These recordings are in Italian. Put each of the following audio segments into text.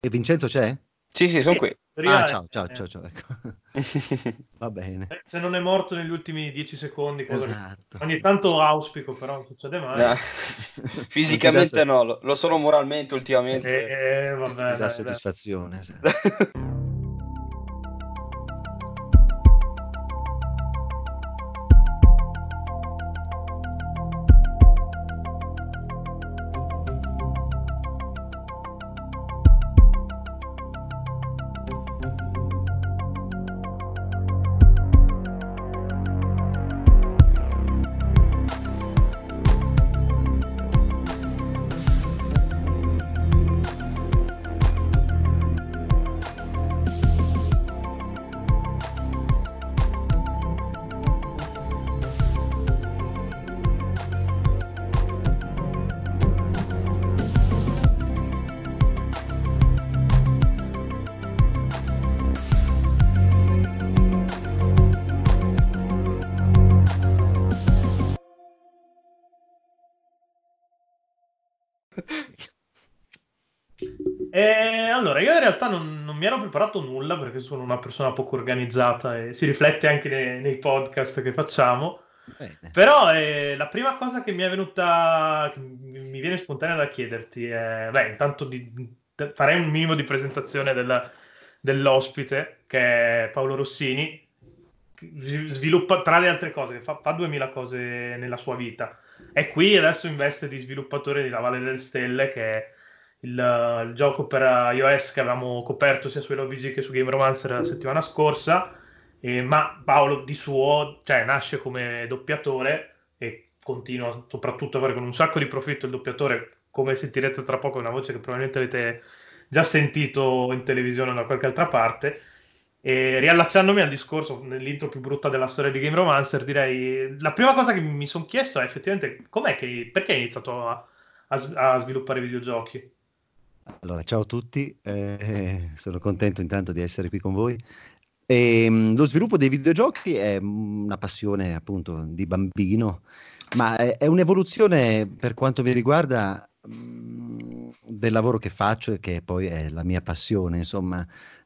E Vincenzo c'è? Sì, sì, sono Sì, qui. Ah, teoria ciao, ciao, ciao, ciao, ecco. Va bene. se non è morto negli ultimi 10 secondi, cosa che Esatto. ogni tanto auspico, però non succede mai. No. Non ti dà, Fisicamente no, lo sono moralmente ultimamente. non ti Vabbè, dà dai, dai. soddisfazione, esatto. Allora, io in realtà non mi ero preparato nulla perché sono una persona poco organizzata e si riflette anche nei podcast che facciamo. Bene. Però la prima cosa che mi è venuta, che mi viene spontanea da chiederti è, beh, intanto farei un minimo di presentazione dell'ospite, che è Paolo Rossini, che sviluppa, tra le altre cose, che fa 2000 cose nella sua vita. È qui adesso investe di sviluppatore di La Valle delle Stelle, che è il gioco per iOS che avevamo coperto sia su LoVG che su Game Romancer la settimana scorsa. Ma Paolo di suo, cioè, nasce come doppiatore e continua soprattutto a fare con un sacco di profitto il doppiatore, come sentirete tra poco, è una voce che probabilmente avete già sentito in televisione o da qualche altra parte. E riallacciandomi al discorso nell'intro più brutta della storia di Game Romancer, direi la prima cosa che mi sono chiesto è effettivamente perché hai iniziato a sviluppare videogiochi? Allora, ciao a tutti, sono contento intanto di essere qui con voi. Lo sviluppo dei videogiochi è una passione appunto di bambino, ma è un'evoluzione per quanto mi riguarda del lavoro che faccio e che poi è la mia passione. Insomma,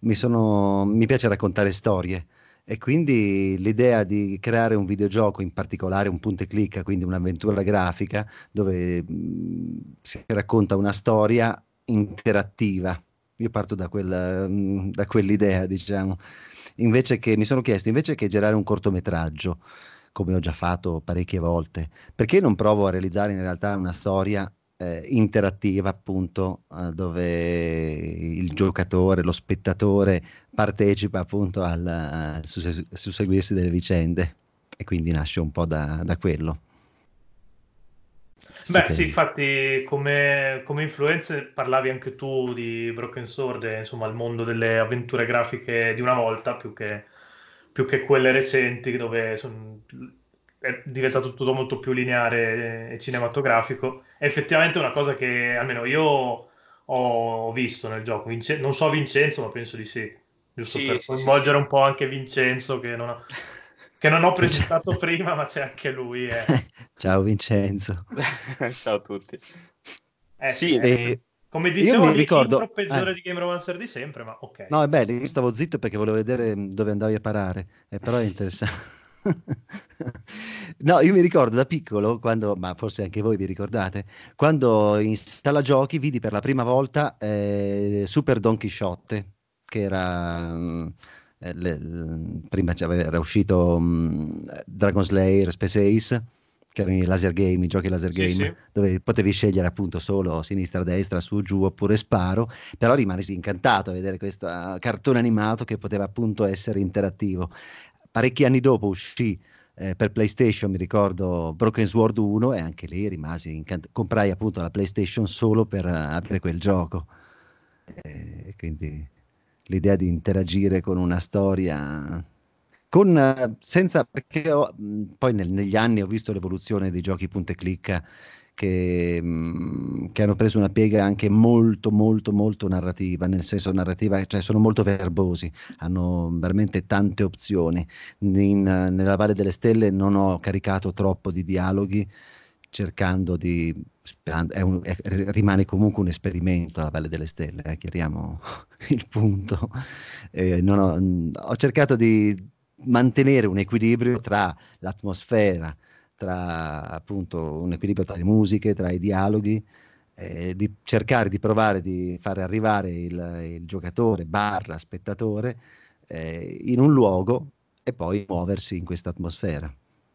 mi piace raccontare storie e quindi l'idea di creare un videogioco, in particolare un punta e clicca, quindi un'avventura grafica dove si racconta una storia interattiva. Io parto da quell'idea, diciamo. Mi sono chiesto, invece che girare un cortometraggio, come ho già fatto parecchie volte, perché non provo a realizzare in realtà una storia interattiva, appunto, dove il giocatore, lo spettatore partecipa appunto al susseguirsi delle vicende. E quindi nasce un po' da quello. Beh, sì, Siete... infatti, come influenze parlavi anche tu di Broken Sword, e, insomma, il mondo delle avventure grafiche di una volta, più che quelle recenti, dove è diventato tutto molto più lineare e cinematografico. È effettivamente una cosa che almeno io ho visto nel gioco. Non so Vincenzo, ma penso di sì, giusto Sì, per sì, sì, sì. coinvolgere un po' anche Vincenzo, che non ho presentato prima, ma c'è anche lui. Ciao Vincenzo. Ciao a tutti. Eh sì, Sì, come Io dicevo, mi l'intro ricordo, peggiore di Game Romancer di sempre, ma ok. no, è bello, io stavo zitto perché volevo vedere dove andavi a parare, però è interessante. No, io mi ricordo da piccolo, quando, ma forse anche voi vi ricordate, quando in sala giochi vidi per la prima volta Super Don Chisciotte, che era, prima era uscito Dragon Slayer, Space Ace, che erano i laser game, i giochi laser Sì, game, sì. dove potevi scegliere appunto solo sinistra, destra, su, giù oppure sparo, però rimasi incantato a vedere questo cartone animato che poteva appunto essere interattivo. Parecchi anni dopo uscì per PlayStation, mi ricordo, Broken Sword 1 e anche lì rimasi incantato. Comprai appunto la PlayStation solo per avere quel gioco. E quindi l'idea di interagire con una storia, senza, perché poi negli anni ho visto l'evoluzione dei giochi punta e clicca che hanno preso una piega anche molto, molto, molto narrativa, nel senso narrativa, cioè sono molto verbosi, hanno veramente tante opzioni. Nella Valle delle Stelle non ho caricato troppo di dialoghi, cercando rimane comunque un esperimento la Valle delle Stelle, chiariamo il punto. Ho cercato di mantenere un equilibrio tra l'atmosfera, tra appunto un equilibrio tra le musiche, tra i dialoghi, di cercare di provare di fare arrivare il giocatore barra spettatore in un luogo e poi muoversi in questa atmosfera.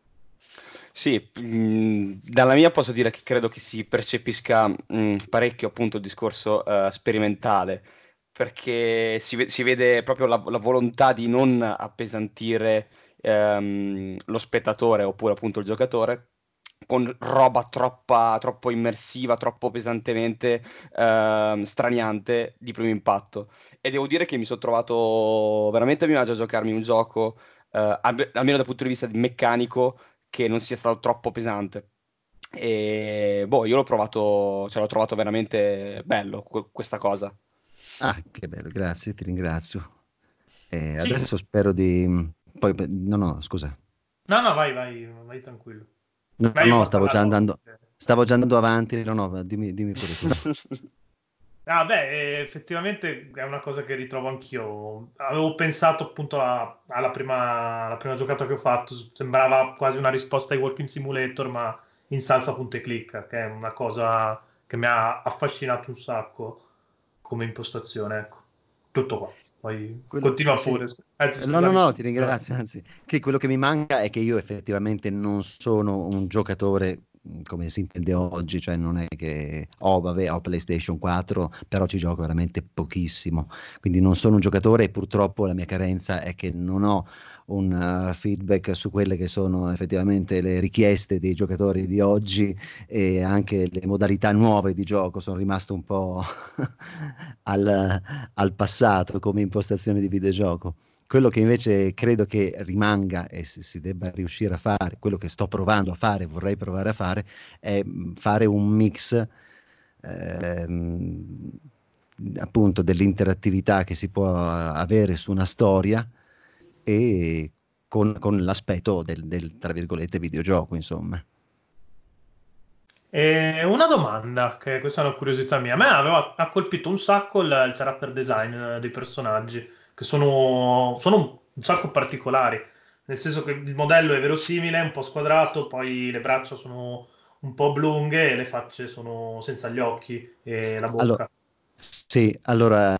Sì, dalla mia posso dire che credo che si percepisca parecchio appunto il discorso sperimentale, perché si vede proprio la volontà di non appesantire lo spettatore oppure appunto il giocatore con roba troppo immersiva, troppo pesantemente straniante di primo impatto. E devo dire che mi sono trovato veramente a mio agio a giocarmi un gioco, almeno dal punto di vista di meccanico, che non sia stato troppo pesante. E boh, io l'ho trovato veramente bello questa cosa. Ah, che bello, grazie, ti ringrazio. Sì. Adesso spero di... Poi, no, scusa. No, no, vai tranquillo. No, Ma io no, ho parlato. stavo già andando avanti. No, no, dimmi pure tu. Ah, beh, effettivamente è una cosa che ritrovo anch'io. Avevo pensato appunto alla prima giocata che ho fatto, sembrava quasi una risposta ai Walking Simulator, ma in salsa punta e clicca, che è una cosa che mi ha affascinato un sacco come impostazione, ecco. Tutto qua. Poi continua Sì. pure. Anzi, No, no, scusami. no, ti ringrazio, anzi, che quello che mi manca è che io effettivamente non sono un giocatore come si intende oggi, cioè non è che vabbè, ho PlayStation 4, però ci gioco veramente pochissimo, quindi non sono un giocatore e purtroppo la mia carenza è che non ho un feedback su quelle che sono effettivamente le richieste dei giocatori di oggi e anche le modalità nuove di gioco. Sono rimasto un po' al passato come impostazione di videogioco. Quello che invece credo che rimanga e si debba riuscire a fare, quello che sto provando a fare, vorrei provare a fare, è fare un mix ehm, appunto dell'interattività che si può avere su una storia e con l'aspetto tra virgolette, videogioco, insomma. E una domanda, che questa è una curiosità mia. A me ha colpito un sacco il character design dei personaggi, che sono un sacco particolari. Nel senso che il modello è verosimile, è un po' squadrato, poi le braccia sono un po' oblunghe e le facce sono senza gli occhi e la Allora, bocca. sì, allora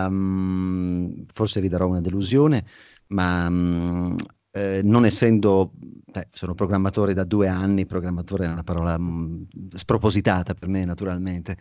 forse vi darò una delusione, ma non essendo, sono programmatore da 2 anni, programmatore è una parola spropositata per me naturalmente,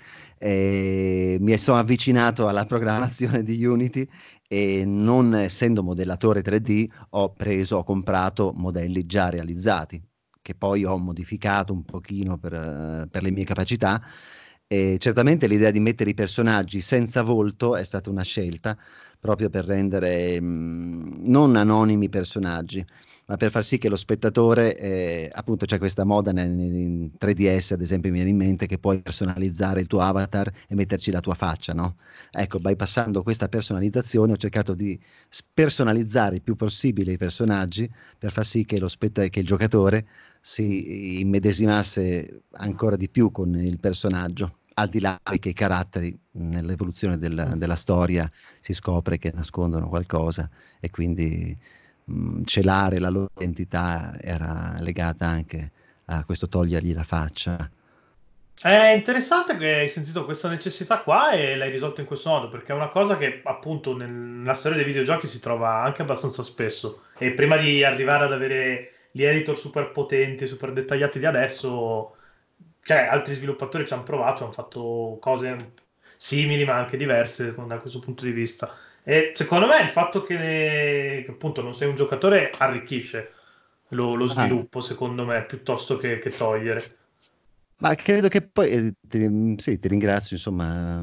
mi sono avvicinato alla programmazione di Unity e non essendo modellatore 3D ho comprato modelli già realizzati, che poi ho modificato un pochino per le mie capacità. E certamente l'idea di mettere i personaggi senza volto è stata una scelta proprio per rendere non anonimi i personaggi, ma per far sì che lo spettatore, appunto c'è questa moda in 3DS, ad esempio, mi viene in mente che puoi personalizzare il tuo avatar e metterci la tua faccia, no? Ecco, bypassando questa personalizzazione ho cercato di spersonalizzare il più possibile i personaggi per far sì che che il giocatore si immedesimasse ancora di più con il personaggio, al di là che i caratteri nell'evoluzione della storia si scopre che nascondono qualcosa e quindi celare la loro identità era legata anche a questo togliergli la faccia. È interessante che hai sentito questa necessità qua e l'hai risolto in questo modo, perché è una cosa che appunto nella storia dei videogiochi si trova anche abbastanza spesso. E prima di arrivare ad avere gli editor super potenti, super dettagliati di adesso, cioè altri sviluppatori ci hanno provato, hanno fatto cose simili ma anche diverse da questo punto di vista. E secondo me il fatto che appunto non sei un giocatore arricchisce lo Ah, sviluppo, secondo me, piuttosto che togliere. ma credo che poi, sì, ti ringrazio, insomma,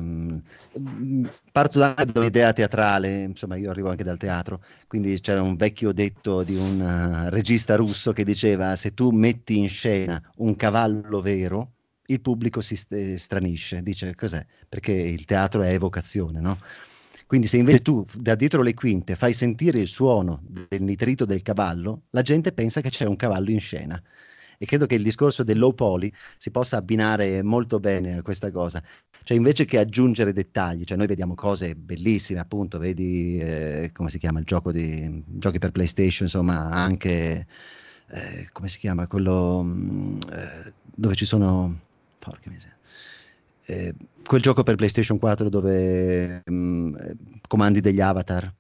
parto da un'idea teatrale, insomma, io arrivo anche dal teatro, quindi c'era un vecchio detto di un regista russo che diceva: se tu metti in scena un cavallo vero, il pubblico stranisce, dice cos'è? Perché il teatro è evocazione, no? Quindi se invece tu da dietro le quinte fai sentire il suono del nitrito del cavallo, la gente pensa che c'è un cavallo in scena. e credo che il discorso del low poly si possa abbinare molto bene a questa cosa. Cioè, invece che aggiungere dettagli, cioè noi vediamo cose bellissime, appunto, vedi come si chiama il gioco di giochi per PlayStation, insomma, anche come si chiama quello dove ci sono, porca miseria, quel gioco per PlayStation 4 dove comandi degli avatar.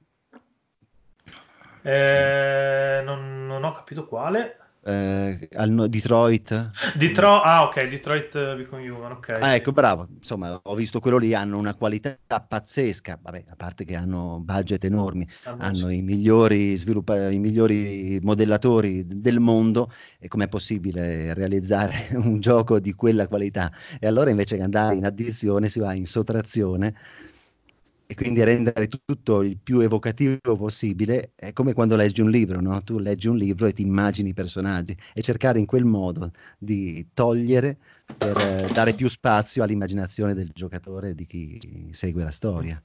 Non ho capito quale. Detroit. Detroit Become Human, ok, Ah, sì. ecco, bravo. Insomma, ho visto quello lì, hanno una qualità pazzesca. Vabbè, a parte che hanno budget enormi, hanno Sì. i migliori modellatori del mondo. E com'è possibile realizzare un gioco di quella qualità? E allora invece che andare in addizione si va in sottrazione e quindi rendere tutto il più evocativo possibile. È come quando leggi un libro, no? Tu leggi un libro e ti immagini i personaggi e cercare in quel modo di togliere per dare più spazio all'immaginazione del giocatore e di chi segue la storia.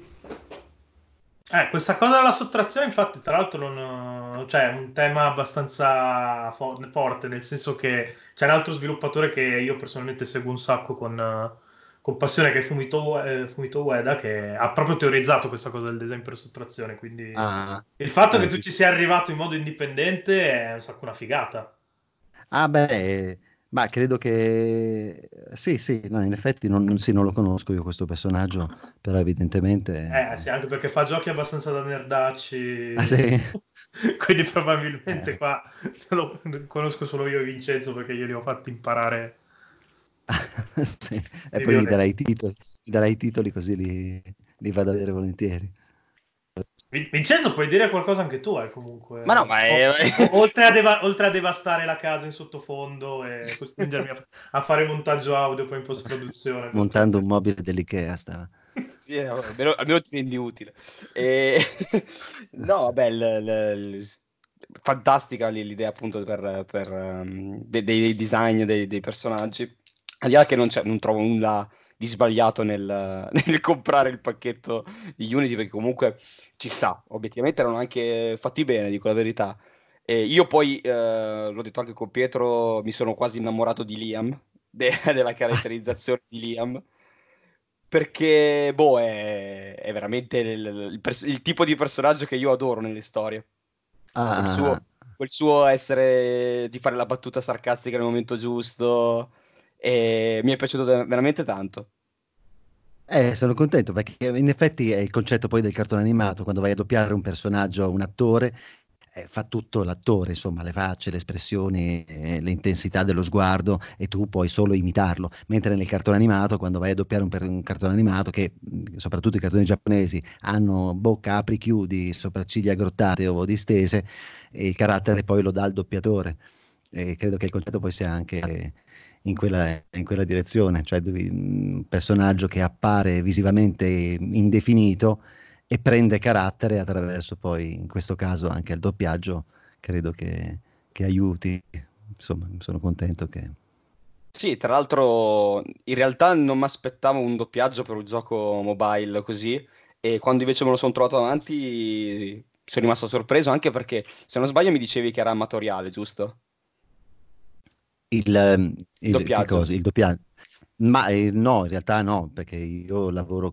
Questa cosa della sottrazione, infatti, tra l'altro, cioè, è un tema abbastanza forte, nel senso che c'è un altro sviluppatore che io personalmente seguo un sacco con passione, che è Fumito Ueda, che ha proprio teorizzato questa cosa del design per sottrazione. Quindi Ah, il fatto che eh, tu ci sia arrivato in modo indipendente è un sacco una figata. beh, ma credo che sì, sì, no, in effetti sì, non lo conosco io questo personaggio, però Sì, evidentemente... anche perché fa giochi abbastanza da Ah, nerdacci, sì? quindi probabilmente Eh. qua lo conosco solo io e Vincenzo perché glieli ho fatti imparare Sì. E di poi violenza. mi darai i titoli così li vado a vedere volentieri. Vincenzo, puoi dire qualcosa anche tu, Ma no, comunque. ma è... Oltre a devastare la casa in sottofondo e costringermi a fare montaggio audio poi in post-produzione. Montando un mobile dell'IKEA stava. Sì, almeno ti rendi utile. E... No, vabbè, fantastica l'idea appunto dei design dei personaggi. Al di là che non trovo nulla di sbagliato nel comprare il pacchetto di Unity, perché comunque ci sta. Obiettivamente erano anche fatti bene, dico la verità. E io poi, l'ho detto anche con Pietro, mi sono quasi innamorato di Liam, della caratterizzazione di Liam. Perché, boh, è veramente il tipo di personaggio che io adoro nelle storie. Quel suo, Ah, quel suo essere di fare la battuta sarcastica nel momento giusto. E mi è piaciuto veramente tanto. sono contento perché in effetti è il concetto poi del cartone animato, quando vai a doppiare un personaggio, un attore, fa tutto l'attore, insomma, le facce, le espressioni, l'intensità dello sguardo e tu puoi solo imitarlo. Mentre nel cartone animato, quando vai a doppiare un cartone animato, che soprattutto i cartoni giapponesi hanno bocca apri chiudi, sopracciglia aggrottate o distese, e il carattere poi lo dà il doppiatore. E credo che il concetto poi sia anche in quella direzione, cioè un personaggio che appare visivamente indefinito e prende carattere attraverso poi, in questo caso, anche il doppiaggio, credo che aiuti. Insomma, sono contento che... Sì, tra l'altro, in realtà non mi aspettavo un doppiaggio per un gioco mobile così. E quando invece me lo sono trovato davanti, sono rimasto sorpreso anche perché, se non sbaglio, mi dicevi che era amatoriale, giusto? Il Che doppiaggio. cosa? Il doppiaggio? Ma no, in realtà no, perché io lavoro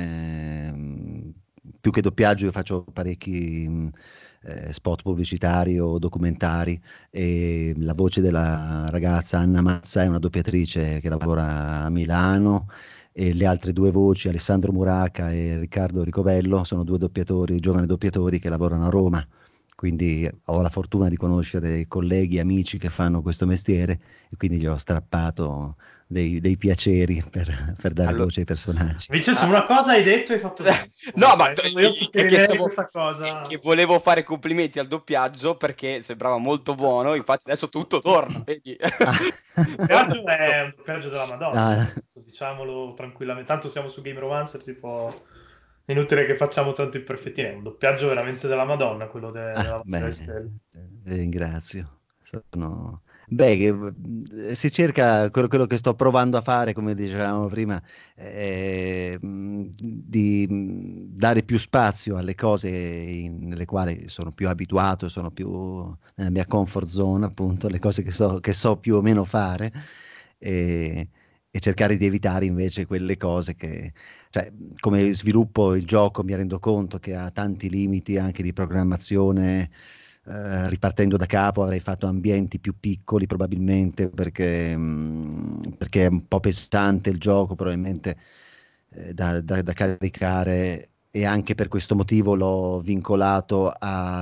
più che doppiaggio, io faccio parecchi spot pubblicitari o documentari e la voce della ragazza Anna Mazza è una doppiatrice che lavora a Milano e le altre due voci, Alessandro Muraca e Riccardo Ricovello, sono due doppiatori, giovani doppiatori che lavorano a Roma. Quindi ho la fortuna di conoscere colleghi, amici che fanno questo mestiere e quindi gli ho strappato dei piaceri per dare Allora, voce ai personaggi. Vincenzo, ah, una cosa hai detto e hai fatto bene. no, Comunque, io che sottolineerei questa che cosa. volevo fare complimenti al doppiaggio perché sembrava molto buono, infatti adesso tutto torna, vedi? Torna tutto. È un doppiaggio della Madonna, nel Ah, senso, diciamolo tranquillamente. Tanto siamo su Game Romancer, è inutile che facciamo tanto i perfettini. È un doppiaggio veramente della Madonna, quello della Voce delle beh, Stelle. ringrazio. Beh, si cerca quello che sto provando a fare, come dicevamo prima, di dare più spazio alle cose nelle quali sono più abituato, sono più nella mia comfort zone, appunto, le cose che so più o meno fare, e, e cercare di evitare invece quelle cose che, cioè, come sviluppo il gioco mi rendo conto che ha tanti limiti anche di programmazione. Ripartendo da capo avrei fatto ambienti più piccoli probabilmente perché è un po' pesante il gioco, probabilmente da caricare, e anche per questo motivo l'ho vincolato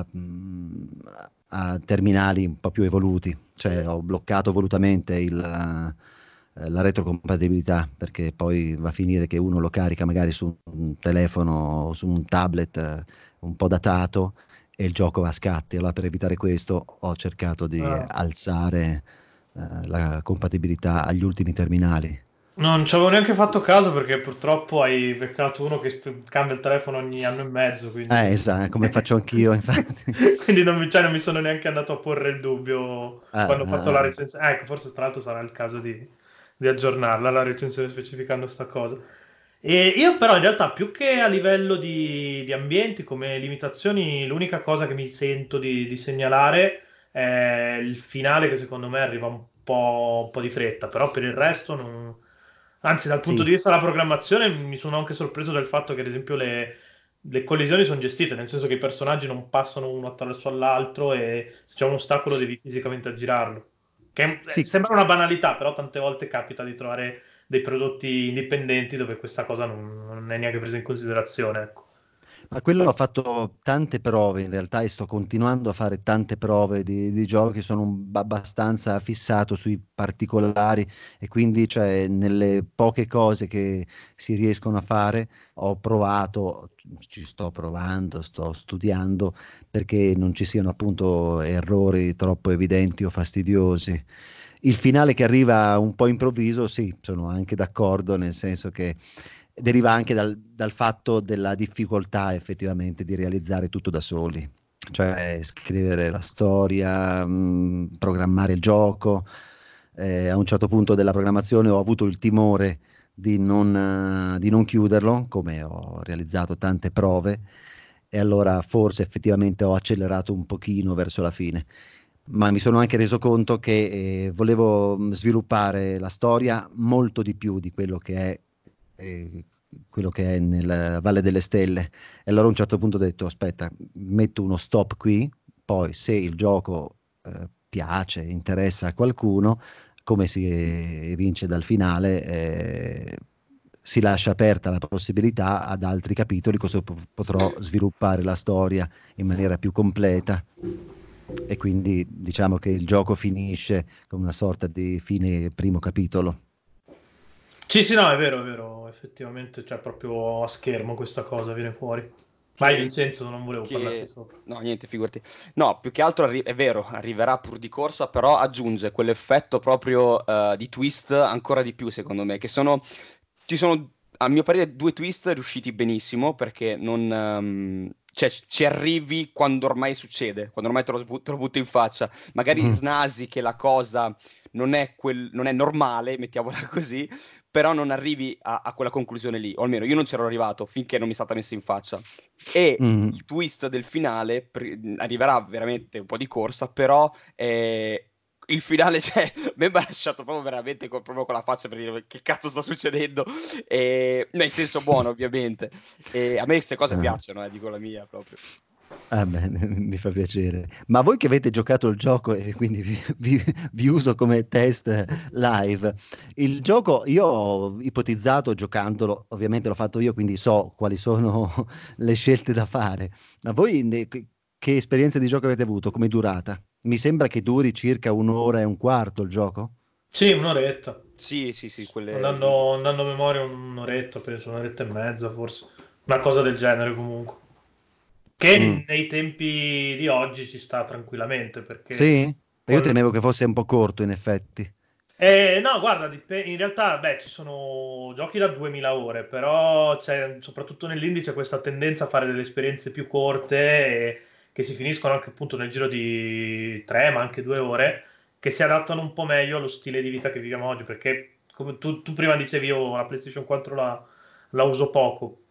a terminali un po' più evoluti, cioè ho bloccato volutamente la retrocompatibilità, perché poi va a finire che uno lo carica magari su un telefono o su un tablet un po' datato e il gioco va a scatti. Allora, per evitare questo, ho cercato di Ah. alzare la compatibilità agli ultimi terminali. Non ci avevo neanche fatto caso perché purtroppo hai beccato uno che cambia il telefono ogni anno e mezzo, quindi, Esatto, come faccio anch'io, infatti. quindi non mi sono neanche andato a porre il dubbio Ah, quando ho fatto la ah, ah. recensione. Ecco, forse tra l'altro sarà il caso di aggiornarla, la recensione specificando sta cosa. E io però in realtà più che a livello di ambienti come limitazioni, l'unica cosa che mi sento di segnalare è il finale che secondo me arriva un po' di fretta, però per il resto non. Anzi, dal punto Sì, di vista della programmazione mi sono anche sorpreso del fatto che ad esempio le collisioni sono gestite, nel senso che i personaggi non passano uno attraverso all'altro e se c'è un ostacolo devi fisicamente aggirarlo. Che sì. sembra una banalità, però tante volte capita di trovare dei prodotti indipendenti dove questa cosa non è neanche presa in considerazione, ecco. Ma quello ho fatto tante prove in realtà e sto continuando a fare tante prove di giochi, sono abbastanza fissato sui particolari e quindi cioè, nelle poche cose che si riescono a fare ho provato, ci sto provando, sto studiando perché non ci siano appunto errori troppo evidenti o fastidiosi. Il finale che arriva un po' improvviso, sì, sono anche d'accordo, nel senso che deriva anche dal fatto della difficoltà effettivamente di realizzare tutto da soli, cioè scrivere la storia, programmare il gioco. A un certo punto della programmazione ho avuto il timore di non chiuderlo, come ho realizzato tante prove, e allora forse effettivamente ho accelerato un pochino verso la fine. Ma mi sono anche reso conto che volevo sviluppare la storia molto di più di eh, quello che è nel Valle delle Stelle. E allora a un certo punto ho detto: aspetta, metto uno stop qui, poi se il gioco piace, interessa a qualcuno, come si evince dal finale, si lascia aperta la possibilità ad altri capitoli, così potrò sviluppare la storia in maniera più completa. E quindi diciamo che il gioco finisce con una sorta di fine primo capitolo. Sì, sì, no, è vero, effettivamente, cioè proprio a schermo questa cosa viene fuori. Vai, Che, Vincenzo, non volevo parlarti che... sopra. No, niente, figurati. No, più che altro è vero, arriverà pur di corsa, però aggiunge quell'effetto proprio di twist ancora di più, secondo me, che sono... Ci sono, a mio parere, due twist riusciti benissimo, perché non... cioè, ci arrivi quando ormai succede, quando ormai te lo butto in faccia. Magari Mhm. snasi che la cosa non è normale, mettiamola così, però non arrivi a quella conclusione lì, o almeno io non c'ero arrivato finché non mi è stata messa in faccia. E Mhm. il twist del finale arriverà veramente un po' di corsa, però il finale, cioè, a me mi ha lasciato proprio veramente proprio con la faccia per dire che cazzo sta succedendo, nel senso buono ovviamente. E a me queste cose Ah. piacciono, dico la mia proprio. Ah, bene, mi fa piacere. Ma voi che avete giocato il gioco e quindi vi uso come test live, il gioco io ho ipotizzato giocandolo, ovviamente l'ho fatto io, quindi so quali sono le scelte da fare. Ma voi che esperienza di gioco avete avuto? Come durata? Mi sembra che duri circa un'ora e un quarto il gioco. Sì, un'oretta. Sì, sì, sì, quelle... Andando a memoria un'oretta, penso, un'oretta e mezza forse. Una cosa del genere comunque. Mm. Che nei tempi di oggi ci sta tranquillamente, perché Sì? Io con. temevo che fosse un po' corto in effetti. No, guarda, in realtà, beh, ci sono giochi da 2000 ore, però soprattutto nell'indie c'è questa tendenza a fare delle esperienze più corte e che si finiscono anche appunto nel giro di 3, ma anche 2 ore, che si adattano un po' meglio allo stile di vita che viviamo oggi, perché come tu prima dicevi, io la PlayStation 4 la uso poco.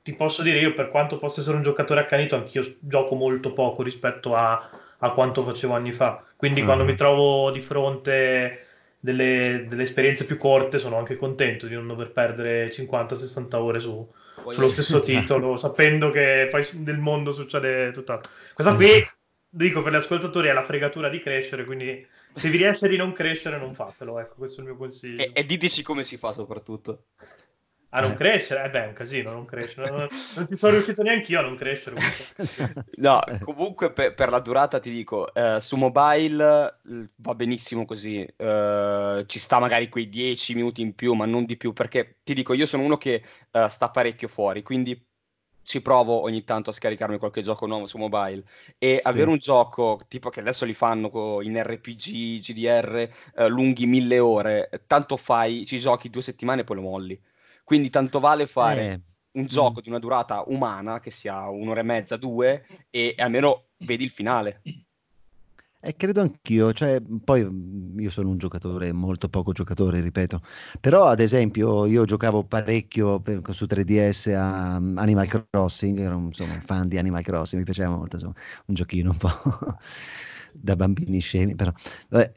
ti posso dire, io per quanto possa essere un giocatore accanito, anch'io gioco molto poco rispetto a quanto facevo anni fa. Quindi quando mi trovo di fronte delle esperienze più corte, sono anche contento di non dover perdere 50-60 ore sullo stesso titolo, sapendo che poi del mondo succede tutt'altro. Questa qui, dico per gli ascoltatori, è la fregatura di crescere, quindi se vi riesce di non crescere, non fatelo. Ecco, questo è il mio consiglio. E diteci come si fa soprattutto. A non crescere? Beh, è un casino non crescere. Non ci sono riuscito neanche io a non crescere. No, comunque per la durata ti dico, su mobile va benissimo così, ci sta magari quei 10 minuti in più, ma non di più, perché ti dico, io sono uno che sta parecchio fuori, quindi ci provo ogni tanto a scaricarmi qualche gioco nuovo su mobile e avere un gioco tipo che adesso li fanno in RPG, GDR, lunghi 1000 ore, tanto ci giochi 2 settimane e poi lo molli. Quindi tanto vale fare un gioco di una durata umana, che sia 1 ora e mezza, 2, e almeno vedi il finale. Credo anch'io, cioè, poi io sono un giocatore, molto poco giocatore, ripeto, però ad esempio io giocavo parecchio su 3DS a Animal Crossing, ero insomma un fan di Animal Crossing, mi piaceva molto, insomma, un giochino un po' da bambini scemi, però. Vabbè,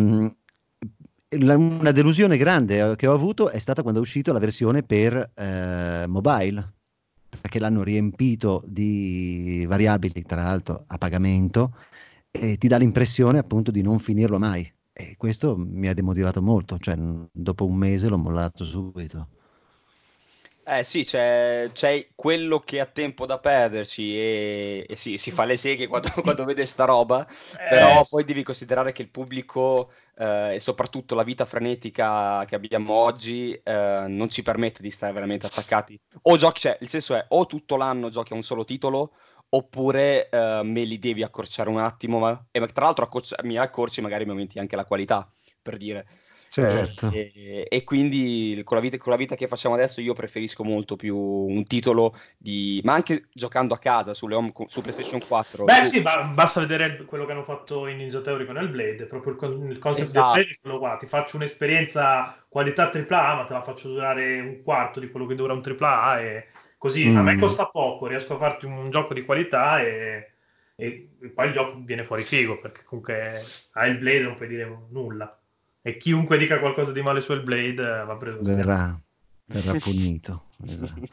una delusione grande che ho avuto è stata quando è uscita la versione per mobile, perché l'hanno riempito di variabili, tra l'altro a pagamento, e ti dà l'impressione appunto di non finirlo mai. E questo mi ha demotivato molto, cioè dopo un mese l'ho mollato subito. Sì, c'è quello che ha tempo da perderci e sì, si fa le seghe quando vede sta roba, però poi devi considerare che il pubblico e soprattutto la vita frenetica che abbiamo oggi non ci permette di stare veramente attaccati. O giochi, cioè, il senso è o tutto l'anno giochi a un solo titolo, oppure me li devi accorciare un attimo, e tra l'altro mi accorci magari mi aumenti anche la qualità, per dire. Certo. E quindi con la vita che facciamo adesso io preferisco molto più un titolo ma anche giocando a casa su PlayStation 4. Beh, sì, basta vedere quello che hanno fatto in Ninja Theory con Hellblade. Proprio il concept del Esatto. Hellblade è quello qua. Ti faccio un'esperienza qualità AAA, ma te la faccio durare un quarto di quello che dura un AAA. E così a me costa poco, riesco a farti un gioco di qualità e poi il gioco viene fuori figo, perché comunque a Hellblade non puoi dire nulla. E chiunque dica qualcosa di male su Hellblade va preso a stento. Verrà punito. Esatto.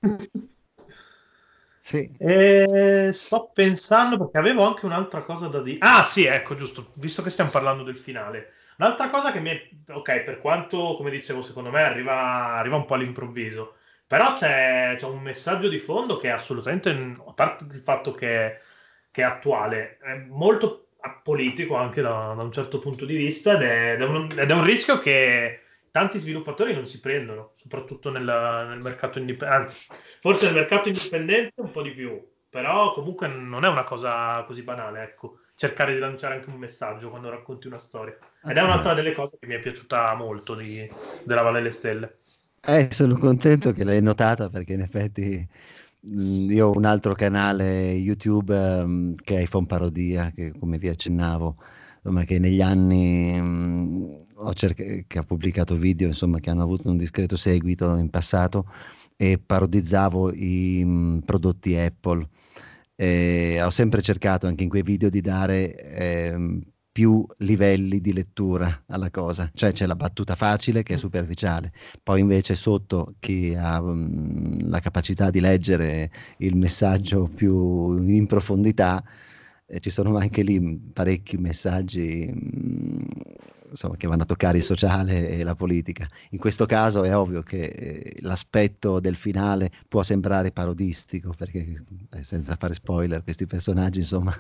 Sì. Sto pensando perché avevo anche un'altra cosa da dire. Ah, sì, ecco, giusto, visto che stiamo parlando del finale. Un'altra cosa che mi è... Ok, per quanto, come dicevo, secondo me arriva un po' all'improvviso, però c'è un messaggio di fondo che è assolutamente, a parte il fatto che è attuale, è molto politico anche da un certo punto di vista ed è un rischio che tanti sviluppatori non si prendono, soprattutto nel mercato indipendente. Anzi, forse nel mercato indipendente un po' di più, però comunque non è una cosa così banale, ecco, cercare di lanciare anche un messaggio quando racconti una storia. Ed è un'altra delle cose che mi è piaciuta molto della Valle delle Stelle. Sono contento che l'hai notata perché in effetti io ho un altro canale YouTube che è iPhone Parodia, che come vi accennavo, insomma, che negli anni che ha pubblicato video insomma, che hanno avuto un discreto seguito in passato e parodizzavo i prodotti Apple. Ho sempre cercato anche in quei video di dare più livelli di lettura alla cosa, cioè c'è la battuta facile che è superficiale, poi invece sotto chi ha la capacità di leggere il messaggio più in profondità, ci sono anche lì parecchi messaggi insomma, che vanno a toccare il sociale e la politica. In questo caso è ovvio che l'aspetto del finale può sembrare parodistico, perché senza fare spoiler, questi personaggi insomma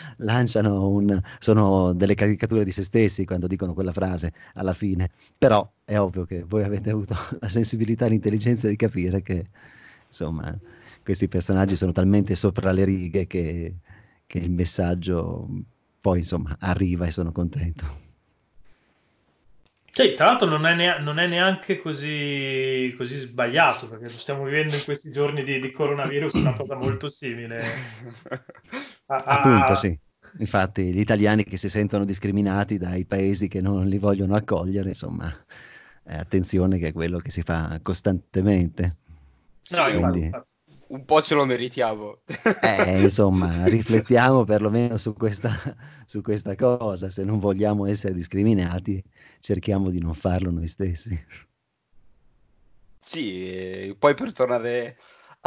sono delle caricature di se stessi quando dicono quella frase alla fine, però è ovvio che voi avete avuto la sensibilità e l'intelligenza di capire che insomma questi personaggi sono talmente sopra le righe che il messaggio poi insomma arriva e sono contento. Sì, tra l'altro non è neanche così sbagliato, perché lo stiamo vivendo in questi giorni di coronavirus, una cosa molto simile. Appunto, sì. Infatti, gli italiani che si sentono discriminati dai paesi che non li vogliono accogliere, insomma, attenzione che è quello che si fa costantemente. Sì, No, Quindi, infatti. Un po' ce lo meritiamo. Insomma, riflettiamo perlomeno su questa cosa. Se non vogliamo essere discriminati, cerchiamo di non farlo noi stessi. Sì, poi per tornare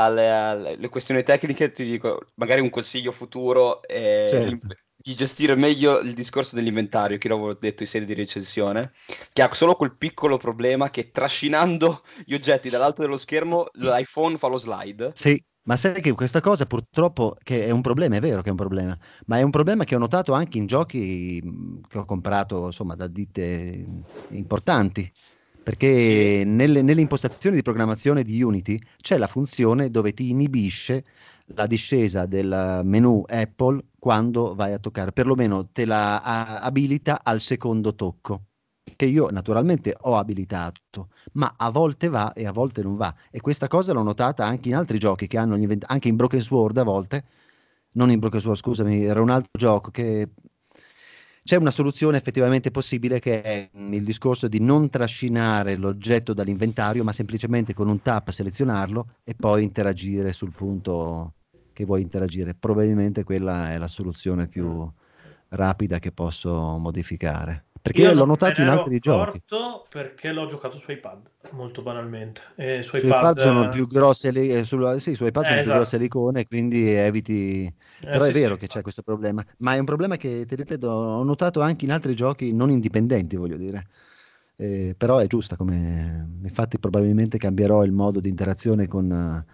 alle questioni tecniche, ti dico, magari un consiglio futuro è Certo. di gestire meglio il discorso dell'inventario, che l'avevo detto in sede di recensione, che ha solo quel piccolo problema che trascinando gli oggetti dall'alto dello schermo, l'iPhone fa lo slide. Sì, ma sai che questa cosa purtroppo che è un problema, è vero che è un problema, ma è un problema che ho notato anche in giochi che ho comprato, insomma, da ditte importanti, Sì, perché nelle impostazioni di programmazione di Unity c'è la funzione dove ti inibisce la discesa del menu Apple quando vai a toccare, perlomeno te la abilita al secondo tocco, che io naturalmente ho abilitato, ma a volte va e a volte non va. E questa cosa l'ho notata anche in altri giochi che hanno anche in Broken Sword a volte, non in Broken Sword, scusami, era un altro gioco che c'è una soluzione effettivamente possibile che è il discorso di non trascinare l'oggetto dall'inventario, ma semplicemente con un tap selezionarlo e poi interagire sul punto che vuoi interagire. Probabilmente quella è la soluzione più rapida che posso modificare. Io Perché l'ho non me notato ne in ero altri giochi. accorto perché l'ho giocato su iPad, molto banalmente. E su Su iPad, iPad sono più grosse sì, su iPad sono più grosse esatto. le icone, quindi eviti. Però è Sì, sì, vero che c'è infatti. questo problema. Ma è un problema che, ti ripeto, ho notato anche in altri giochi non indipendenti, voglio dire. Però è giusta come. Infatti, probabilmente cambierò il modo di interazione con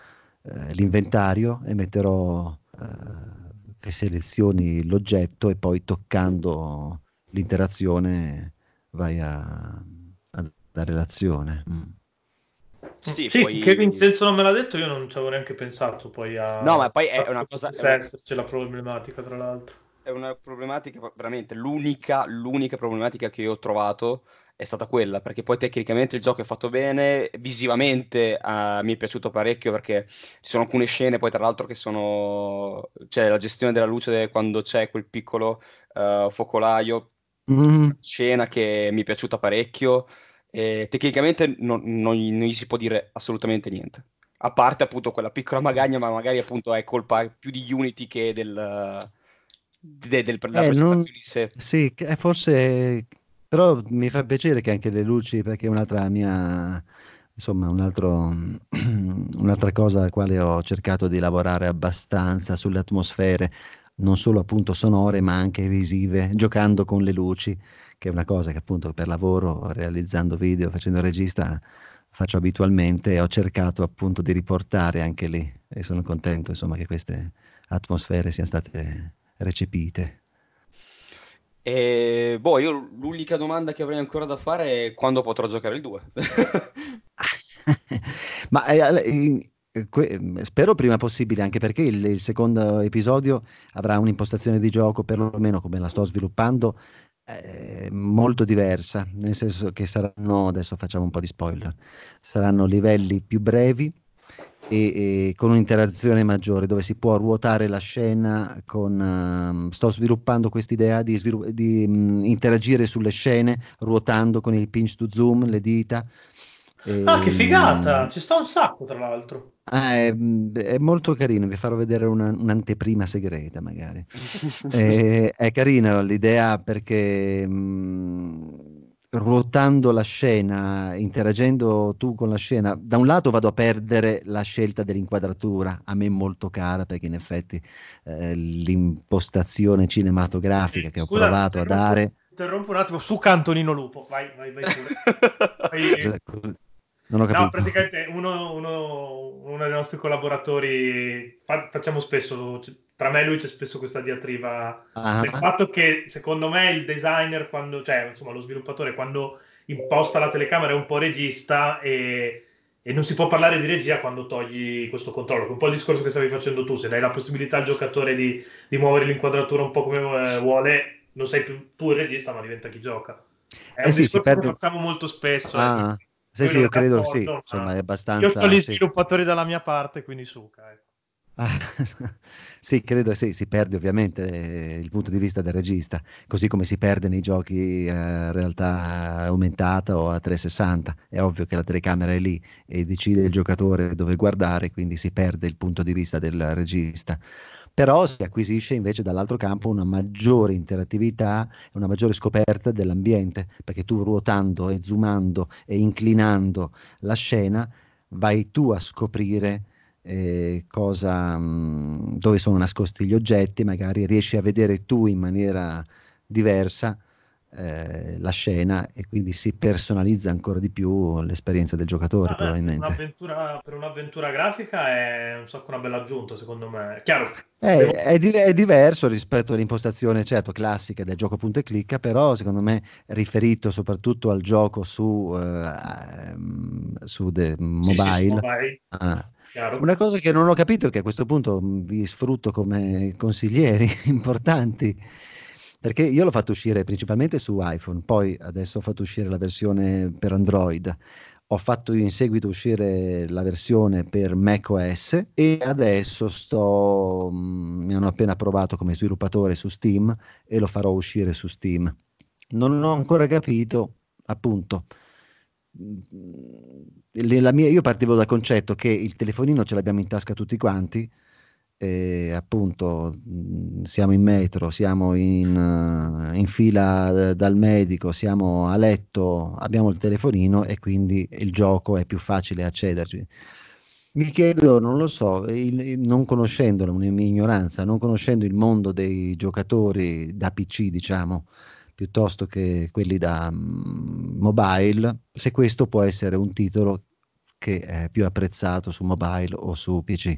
l'inventario e metterò che selezioni l'oggetto e poi toccando l'interazione vai a dare l'azione. Mm. sì, Sì, finché poi... Vincenzo non me l'ha detto, io non ci avevo neanche pensato poi No, ma a poi è una quanto cosa, potesse esserci la problematica, tra l'altro. è una problematica, veramente l'unica problematica che io ho trovato è stata quella, perché poi tecnicamente il gioco è fatto bene, visivamente mi è piaciuto parecchio perché ci sono alcune scene poi tra l'altro che sono, c'è la gestione della luce quando c'è quel piccolo focolaio, Mm. scena che mi è piaciuta parecchio, e tecnicamente non gli si può dire assolutamente niente. A parte appunto quella piccola magagna, ma magari appunto è colpa più di Unity che della presentazione in sé. Sì, forse, però mi fa piacere che anche le luci, perché è un'altra mia, insomma, un'altra cosa alla quale ho cercato di lavorare abbastanza sulle atmosfere, non solo appunto sonore, ma anche visive, giocando con le luci, che è una cosa che appunto per lavoro, realizzando video, facendo il regista, faccio abitualmente e ho cercato appunto di riportare anche lì e sono contento, insomma, che queste atmosfere siano state recepite. E boh, io l'unica domanda che avrei ancora da fare è quando potrò giocare il 2. Ma spero prima possibile, anche perché il secondo episodio avrà un'impostazione di gioco, perlomeno come la sto sviluppando, molto diversa, nel senso che saranno, adesso facciamo un po' di spoiler, saranno livelli più brevi e con un'interazione maggiore, dove si può ruotare la scena sto sviluppando quest'idea di interagire sulle scene ruotando con il pinch to zoom, le dita. Ah, che figata! Ehm, Ci sta un sacco, tra l'altro. è molto carino, vi farò vedere un'anteprima segreta magari. È carina l'idea perché ruotando la scena, interagendo tu con la scena, da un lato vado a perdere la scelta dell'inquadratura, a me molto cara perché in effetti l'impostazione cinematografica che ho Scusa, provato a dare. interrompo un attimo. Su Cantonino Lupo. Vai, vai, vai pure. Poi- Non ho No, capito. praticamente uno dei nostri collaboratori, facciamo spesso, tra me e lui c'è spesso questa diatriba del Ah, fatto che secondo me il designer, quando, cioè insomma lo sviluppatore, quando imposta la telecamera è un po' regista e non si può parlare di regia quando togli questo controllo, che è un po' il discorso che stavi facendo tu, se dai la possibilità al giocatore di muovere l'inquadratura un po' come vuole, non sei più tu il regista, ma diventa chi gioca. È eh un sì, si discorso che perde. facciamo molto spesso e Ah, sì, lui sì, non io è credo sì, d'accordo, insomma, ma è io ho abbastanza, gli sì. sviluppatori dalla mia parte, quindi suca, ecco. Ah, sì, credo sì, si perde ovviamente il punto di vista del regista, così come si perde nei giochi a realtà aumentata o a 360. È ovvio che la telecamera è lì e decide il giocatore dove guardare, quindi si perde il punto di vista del regista. Però si acquisisce invece dall'altro campo una maggiore interattività e una maggiore scoperta dell'ambiente, perché tu ruotando e zoomando e inclinando la scena vai tu a scoprire dove sono nascosti gli oggetti, magari riesci a vedere tu in maniera diversa la scena e quindi si personalizza ancora di più l'esperienza del giocatore, Vabbè, probabilmente. per un'avventura grafica è un sacco una bella aggiunta, secondo me. Chiaro, È, devo... è diverso rispetto all'impostazione, certo, classica del gioco punta e clicca, però secondo me riferito soprattutto al gioco su Sì, su mobile. mobile, Ah. chiaro. Una cosa che non ho capito è che a questo punto vi sfrutto come consiglieri importanti, perché io l'ho fatto uscire principalmente su iPhone, poi adesso ho fatto uscire la versione per Android. Ho fatto in seguito uscire la versione per macOS e adesso mi hanno appena provato come sviluppatore su Steam e lo farò uscire su Steam. Non ho ancora capito, appunto, io partivo dal concetto che il telefonino ce l'abbiamo in tasca tutti quanti, e appunto siamo in metro, siamo in fila dal medico, siamo a letto, abbiamo il telefonino e quindi il gioco è più facile accederci. Mi chiedo, non lo so, non conoscendolo, una mia ignoranza, non conoscendo il mondo dei giocatori da PC, diciamo, piuttosto che quelli da mobile, se questo può essere un titolo che è più apprezzato su mobile o su PC.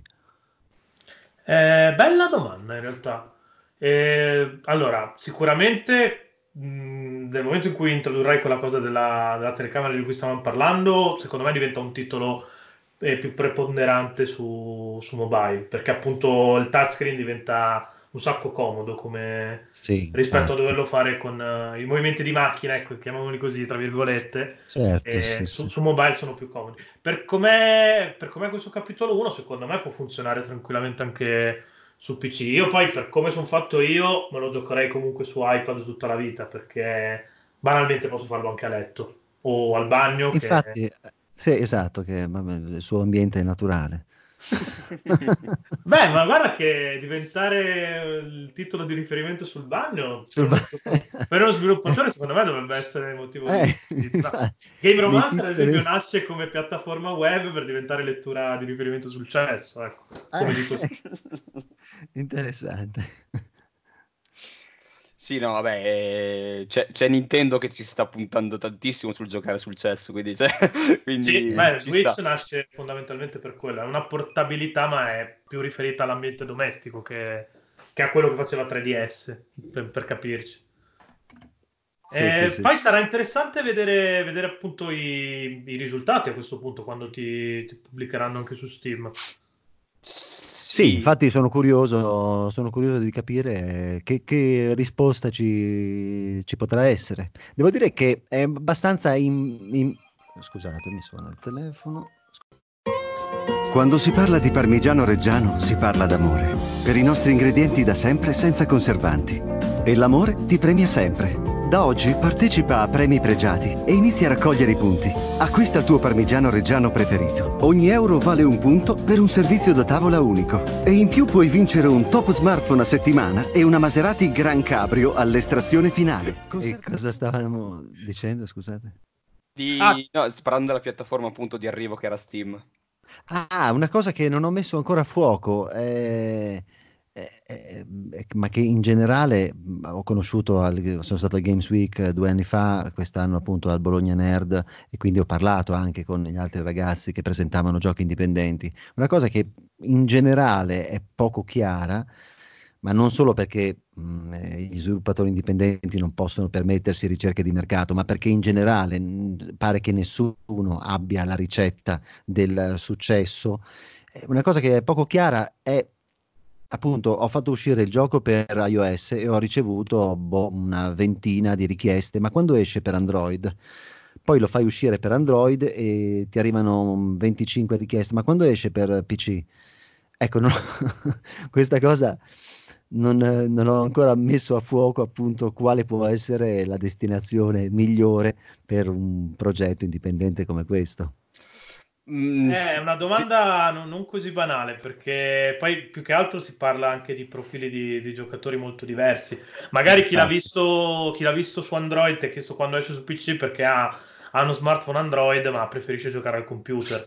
Bella domanda in realtà. Allora, sicuramente nel momento in cui introdurrai quella cosa della telecamera di cui stavamo parlando, secondo me diventa un titolo più preponderante su mobile, perché appunto il touchscreen diventa un sacco comodo come Sì, rispetto a infatti. doverlo fare con i movimenti di macchina, ecco, chiamiamoli così, tra virgolette, Certo, sì, sì. su mobile sono più comodi. Per com'è questo capitolo 1, secondo me può funzionare tranquillamente anche su PC. Io poi, per come sono fatto io, me lo giocherei comunque su iPad tutta la vita, perché banalmente posso farlo anche a letto o al bagno, che... Infatti, sì, esatto, che vabbè, il suo ambiente è naturale. Beh, ma guarda che diventare il titolo di riferimento sul bagno Sul ba- per uno sviluppatore, secondo me, dovrebbe essere motivo di... no. infatti, Game nei Romancer, ad esempio, titoli. nasce come piattaforma web per diventare lettura di riferimento sul cesso, ecco, come dico Eh, interessante. Sì, no, vabbè, c'è Nintendo che ci sta puntando tantissimo sul giocare sul cesso, quindi, cioè, sì, quindi beh, ci Switch sta. nasce fondamentalmente per quello, è una portabilità, ma è più riferita all'ambiente domestico che a quello che faceva 3DS, per capirci. Sì, sì, sì. Poi sarà interessante vedere appunto i risultati a questo punto, quando ti pubblicheranno anche su Steam. Sì, Sì, infatti sono curioso di capire che risposta ci potrà essere. Devo dire che è abbastanza Scusate, mi suona il telefono. Quando si parla di parmigiano reggiano si parla d'amore. Per i nostri ingredienti da sempre senza conservanti. E l'amore ti premia sempre. Da oggi partecipa a premi pregiati e inizia a raccogliere i punti. Acquista il tuo parmigiano reggiano preferito. Ogni euro vale un punto per un servizio da tavola unico. E in più puoi vincere un top smartphone a settimana e una Maserati Gran Cabrio all'estrazione finale. E cosa stavamo dicendo, scusate? Ah, no, parlando della piattaforma appunto di arrivo che era Steam. Ah, una cosa che non ho messo ancora a fuoco, ma che in generale ho conosciuto, sono stato al Games Week 2 anni fa, quest'anno appunto al Bologna Nerd e quindi ho parlato anche con gli altri ragazzi che presentavano giochi indipendenti. Una cosa che in generale è poco chiara, ma non solo perché gli sviluppatori indipendenti non possono permettersi ricerche di mercato, ma perché in generale pare che nessuno abbia la ricetta del successo. Una cosa che è poco chiara è, appunto, ho fatto uscire il gioco per iOS e ho ricevuto una ventina di richieste, ma quando esce per Android? Poi lo fai uscire per Android e ti arrivano 25 richieste, ma quando esce per PC? Ecco, questa cosa non ho ancora messo a fuoco appunto quale può essere la destinazione migliore per un progetto indipendente come questo. È una domanda non così banale, perché poi più che altro si parla anche di profili di giocatori molto diversi. Magari chi l'ha visto su Android e chiesto quando esce su PC perché ha uno smartphone Android, ma preferisce giocare al computer.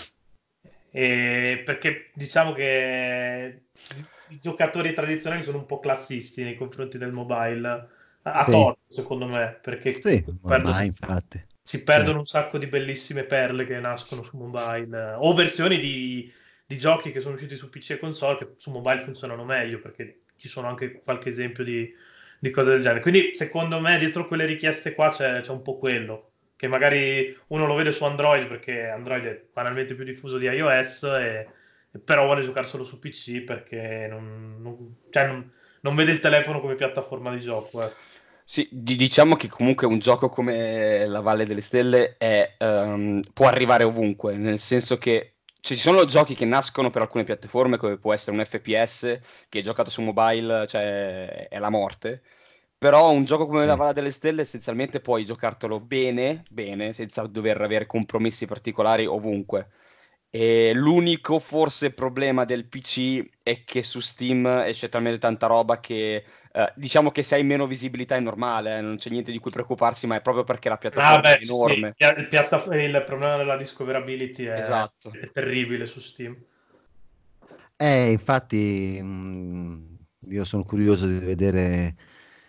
Perché diciamo che i giocatori tradizionali sono un po' classisti nei confronti del mobile, a Sì, torto, secondo me, perché sì, comunque ormai infatti. si Sì. perdono un sacco di bellissime perle che nascono su mobile, o versioni di giochi che sono usciti su PC e console che su mobile funzionano meglio, perché ci sono anche qualche esempio di cose del genere. Quindi, secondo me, dietro quelle richieste qua c'è un po' quello, che magari uno lo vede su Android perché Android è banalmente più diffuso di iOS, però vuole giocare solo su PC perché non vede il telefono come piattaforma di gioco. Sì, diciamo che comunque un gioco come La Valle delle Stelle può arrivare ovunque, nel senso che ci sono giochi che nascono per alcune piattaforme, come può essere un FPS che giocato su mobile, cioè è la morte. Però un gioco come La Sì. Valle delle Stelle essenzialmente puoi giocartelo bene, bene, senza dover avere compromessi particolari ovunque. E l'unico forse problema del PC è che su Steam esce talmente tanta roba che diciamo che se hai meno visibilità è normale, non c'è niente di cui preoccuparsi, ma è proprio perché la Ah, piattaforma beh, è sì, sì. enorme. Il problema della discoverability Esatto. è terribile su Steam. Infatti, io sono curioso di vedere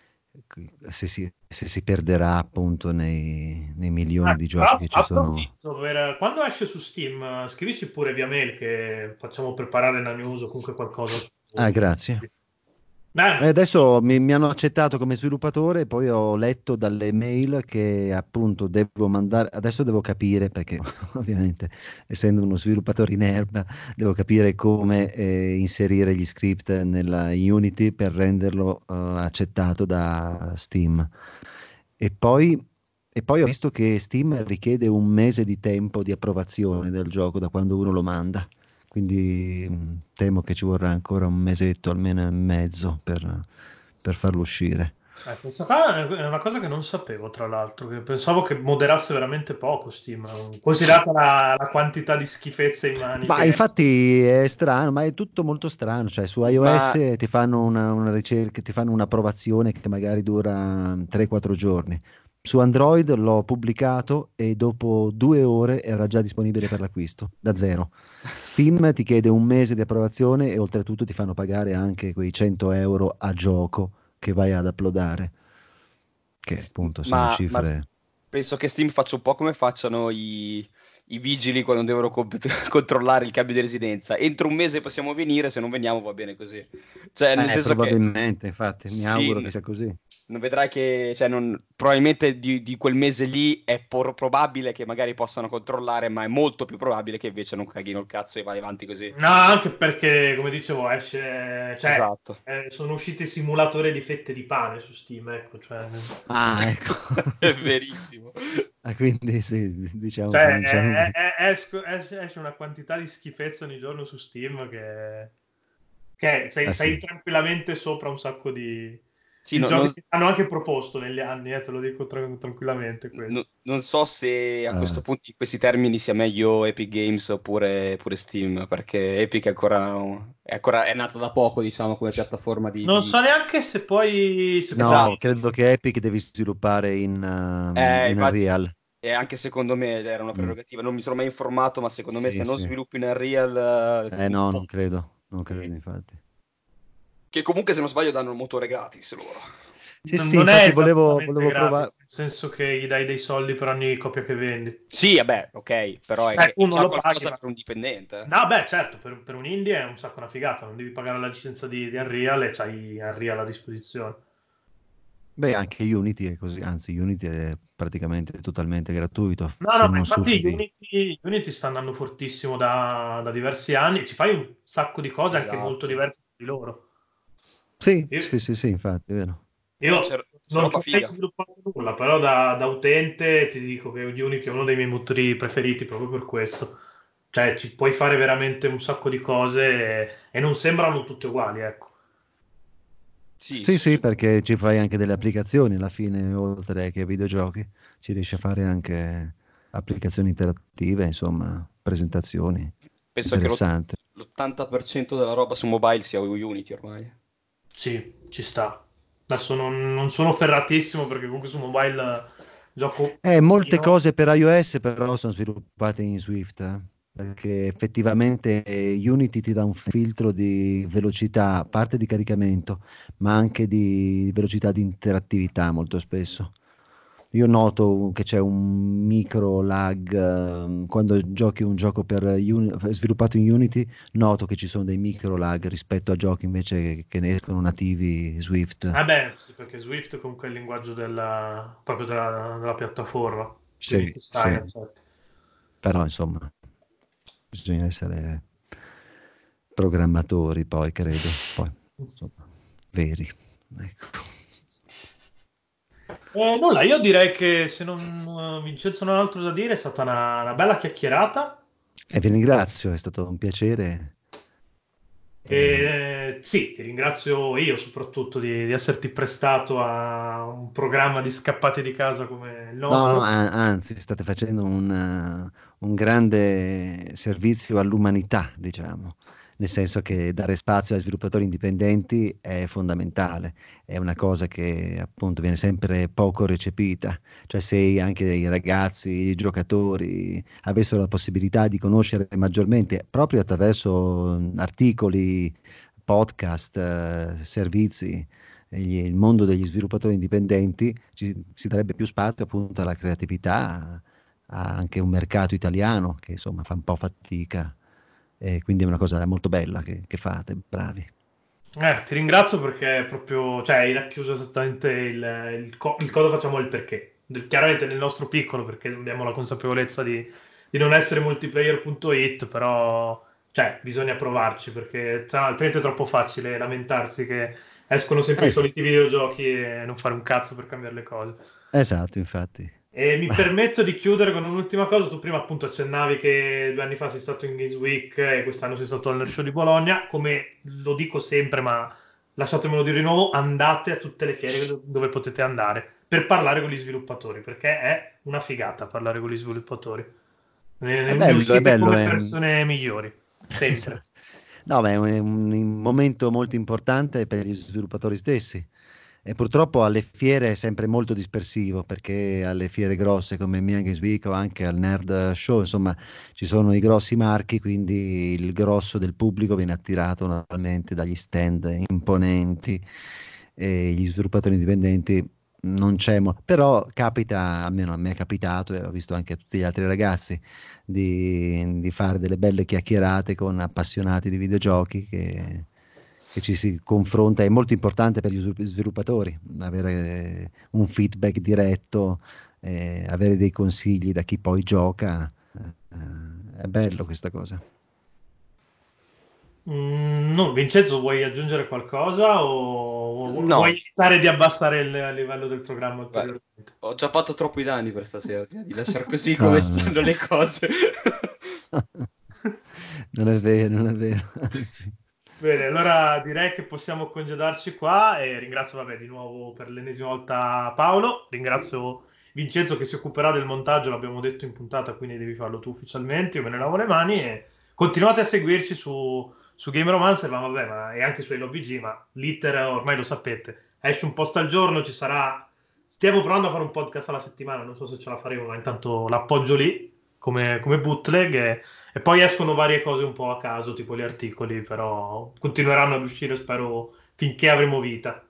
se si perderà appunto nei milioni di giochi che ci sono. Approfitto quando esce su Steam, scrivici pure via mail che facciamo preparare la news o comunque qualcosa Ah, grazie. Dai, Adesso mi hanno accettato come sviluppatore, poi ho letto dalle mail che appunto devo mandare, adesso devo capire, perché ovviamente essendo uno sviluppatore in erba, devo capire come inserire gli script nella Unity per renderlo accettato da Steam. E poi, e poi ho visto che Steam richiede un mese di tempo di approvazione del gioco da quando uno lo manda. Quindi temo che ci vorrà ancora un mesetto, almeno e mezzo, per farlo uscire. questa qua è una cosa che non sapevo, tra l'altro, che pensavo che moderasse veramente poco Steam, considerata la quantità di schifezze in mani Ma che... infatti è strano, ma è tutto molto strano. Cioè, su Ma iOS ti fanno una ricerca, ti fanno un'approvazione che magari dura 3-4 giorni. Su Android l'ho pubblicato e dopo 2 ore era già disponibile per l'acquisto, da zero. Steam ti chiede un mese di approvazione e oltretutto ti fanno pagare anche quei 100 euro a gioco che vai ad uploadare, che appunto sono ma cifre. penso che Steam faccia un po' come facciano i vigili quando devono controllare il cambio di residenza. Entro un mese possiamo venire, se non veniamo va bene così. Cioè, nel senso che Probabilmente, infatti, mi sì, auguro che sia così. non vedrai che, cioè, probabilmente di quel mese lì è probabile che magari possano controllare, ma è molto più probabile che invece non caghino il cazzo e vai avanti così. No, anche perché, come dicevo, esce... Cioè, Esatto. sono usciti simulatori di fette di pane su Steam, ecco, cioè... Ah, ecco. È verissimo. Ah, quindi sì, diciamo che Cioè, non c'è un... esce una quantità di schifezze ogni giorno su Steam che Ah, sei sì. tranquillamente sopra un sacco Sì, di giochi che hanno anche proposto negli anni, te lo dico tranquillamente questo. non so se a questo Ah, punto in questi termini sia meglio Epic Games oppure pure Steam, perché Epic è nata da poco, diciamo, come piattaforma Non so neanche se poi... no, Esatto. credo che Epic devi sviluppare in Infatti, Unreal. e anche secondo me era una Mm, prerogativa, non mi sono mai informato, ma secondo me se sì, non sì. sviluppi in Unreal, un No, po'. non credo infatti. Che comunque se non sbaglio danno il motore gratis loro. Sì, sì, Non è infatti esattamente volevo provare. gratis, nel senso che gli dai dei soldi per ogni copia che vendi. Sì, vabbè, ok, però è Tu non già lo paghi, qualcosa ma... per un dipendente. No, beh, certo, per un indie è un sacco una figata, non devi pagare la licenza di Unreal e c'hai Unreal a disposizione. Beh, anche Unity è così, anzi Unity è praticamente totalmente gratuito, No, se no, ma non infatti superi. Unity sta andando fortissimo da diversi anni, ci fai un sacco di cose anche molto Esatto. diverse di loro. Sì, Io, sì, sì, sì, infatti, è vero. io C'è non ci roba ho mai figa. sviluppato nulla, però da utente ti dico che Unity è uno dei miei motori preferiti proprio per questo. Cioè, ci puoi fare veramente un sacco di cose e non sembrano tutte uguali, ecco. Sì, perché ci fai anche delle applicazioni alla fine, oltre che videogiochi, ci riesci a fare anche applicazioni interattive, insomma, presentazioni Penso che Interessante. l'80% della roba su mobile sia Unity ormai. Sì, ci sta. Adesso non sono ferratissimo perché comunque su mobile gioco Molte pochino. cose per iOS però sono sviluppate in Swift, perché effettivamente Unity ti dà un filtro di velocità, a parte di caricamento, ma anche di velocità di interattività molto spesso. Io noto che c'è un micro lag quando giochi un gioco sviluppato in Unity, noto che ci sono dei micro lag rispetto a giochi invece che ne escono nativi Swift. Ah beh, sì, perché Swift comunque è il linguaggio proprio della piattaforma. Quindi Sì, ci sta in sì, effetti. però insomma bisogna essere programmatori poi, credo, poi insomma, veri. Ecco. Nulla, io direi che se non Vincenzo non ha altro da dire, è stata una bella chiacchierata. E vi ringrazio, è stato un piacere. Eh, Sì, ti ringrazio io soprattutto di esserti prestato a un programma di scappate di casa come il no, no, nostro. anzi, state facendo un grande servizio all'umanità, diciamo, nel senso che dare spazio ai sviluppatori indipendenti è fondamentale, è una cosa che appunto viene sempre poco recepita, cioè se anche i ragazzi, i giocatori avessero la possibilità di conoscere maggiormente proprio attraverso articoli, podcast, servizi il mondo degli sviluppatori indipendenti, si darebbe più spazio appunto alla creatività, a anche un mercato italiano che insomma fa un po' fatica e quindi è una cosa molto bella che fate, bravi. Ti ringrazio perché è proprio, cioè, hai racchiuso esattamente il cosa facciamo e il perché. Chiaramente nel nostro piccolo, perché abbiamo la consapevolezza di non essere multiplayer.it, però cioè, bisogna provarci perché altrimenti è troppo facile lamentarsi che escono sempre i Sì, soliti videogiochi e non fare un cazzo per cambiare le cose. esatto, infatti. E mi permetto di chiudere con un'ultima cosa. Tu prima appunto accennavi che 2 anni fa sei stato in Games Week e quest'anno sei stato al Nerd Show di Bologna. Come lo dico sempre, ma lasciatemelo dire di nuovo, andate a tutte le fiere dove potete andare per parlare con gli sviluppatori, perché è una figata parlare con gli sviluppatori. Ne È uscite bello, come è... persone migliori, sempre. No, ma è un momento molto importante per gli sviluppatori stessi. E purtroppo alle fiere è sempre molto dispersivo perché alle fiere grosse come Mian Games Week o anche al Nerd Show, insomma, ci sono i grossi marchi, quindi il grosso del pubblico viene attirato naturalmente dagli stand imponenti e gli sviluppatori indipendenti non c'è, però capita, almeno a me è capitato e ho visto anche a tutti gli altri ragazzi di fare delle belle chiacchierate con appassionati di videogiochi che ci si confronta. È molto importante per gli sviluppatori avere un feedback diretto, avere dei consigli da chi poi gioca. È bello questa cosa. No, Vincenzo, vuoi aggiungere qualcosa o vuoi No, evitare di abbassare il livello del programma beh, ulteriormente? ho già fatto troppi danni per stasera, di lasciare così come No, no. stanno le cose. Non è vero, non è vero. Anzi. Bene, allora direi che possiamo congedarci qua e ringrazio, vabbè, di nuovo per l'ennesima volta Paolo, ringrazio Vincenzo che si occuperà del montaggio, l'abbiamo detto in puntata, quindi devi farlo tu ufficialmente, io me ne lavo le mani e continuate a seguirci su Game Romancer, ma vabbè, e anche su LOVG, ma l'iter ormai lo sapete, esce un post al giorno, ci sarà... Stiamo provando a fare un podcast alla settimana, non so se ce la faremo, ma intanto l'appoggio lì come bootleg e poi escono varie cose un po' a caso, tipo gli articoli, però continueranno ad uscire, spero, finché avremo vita.